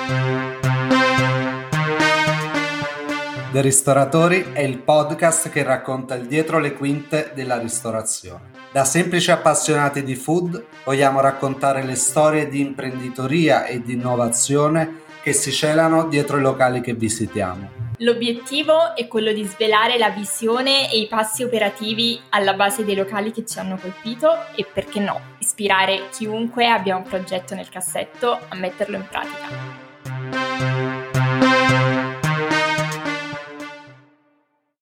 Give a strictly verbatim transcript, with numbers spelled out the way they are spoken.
The Ristoratori è il podcast che racconta il dietro le quinte della ristorazione. Da semplici appassionati di food vogliamo raccontare le storie di imprenditoria e di innovazione che si celano dietro i locali che visitiamo. L'obiettivo è quello di svelare la visione e i passi operativi alla base dei locali che ci hanno colpito e, perché no, ispirare chiunque abbia un progetto nel cassetto a metterlo in pratica.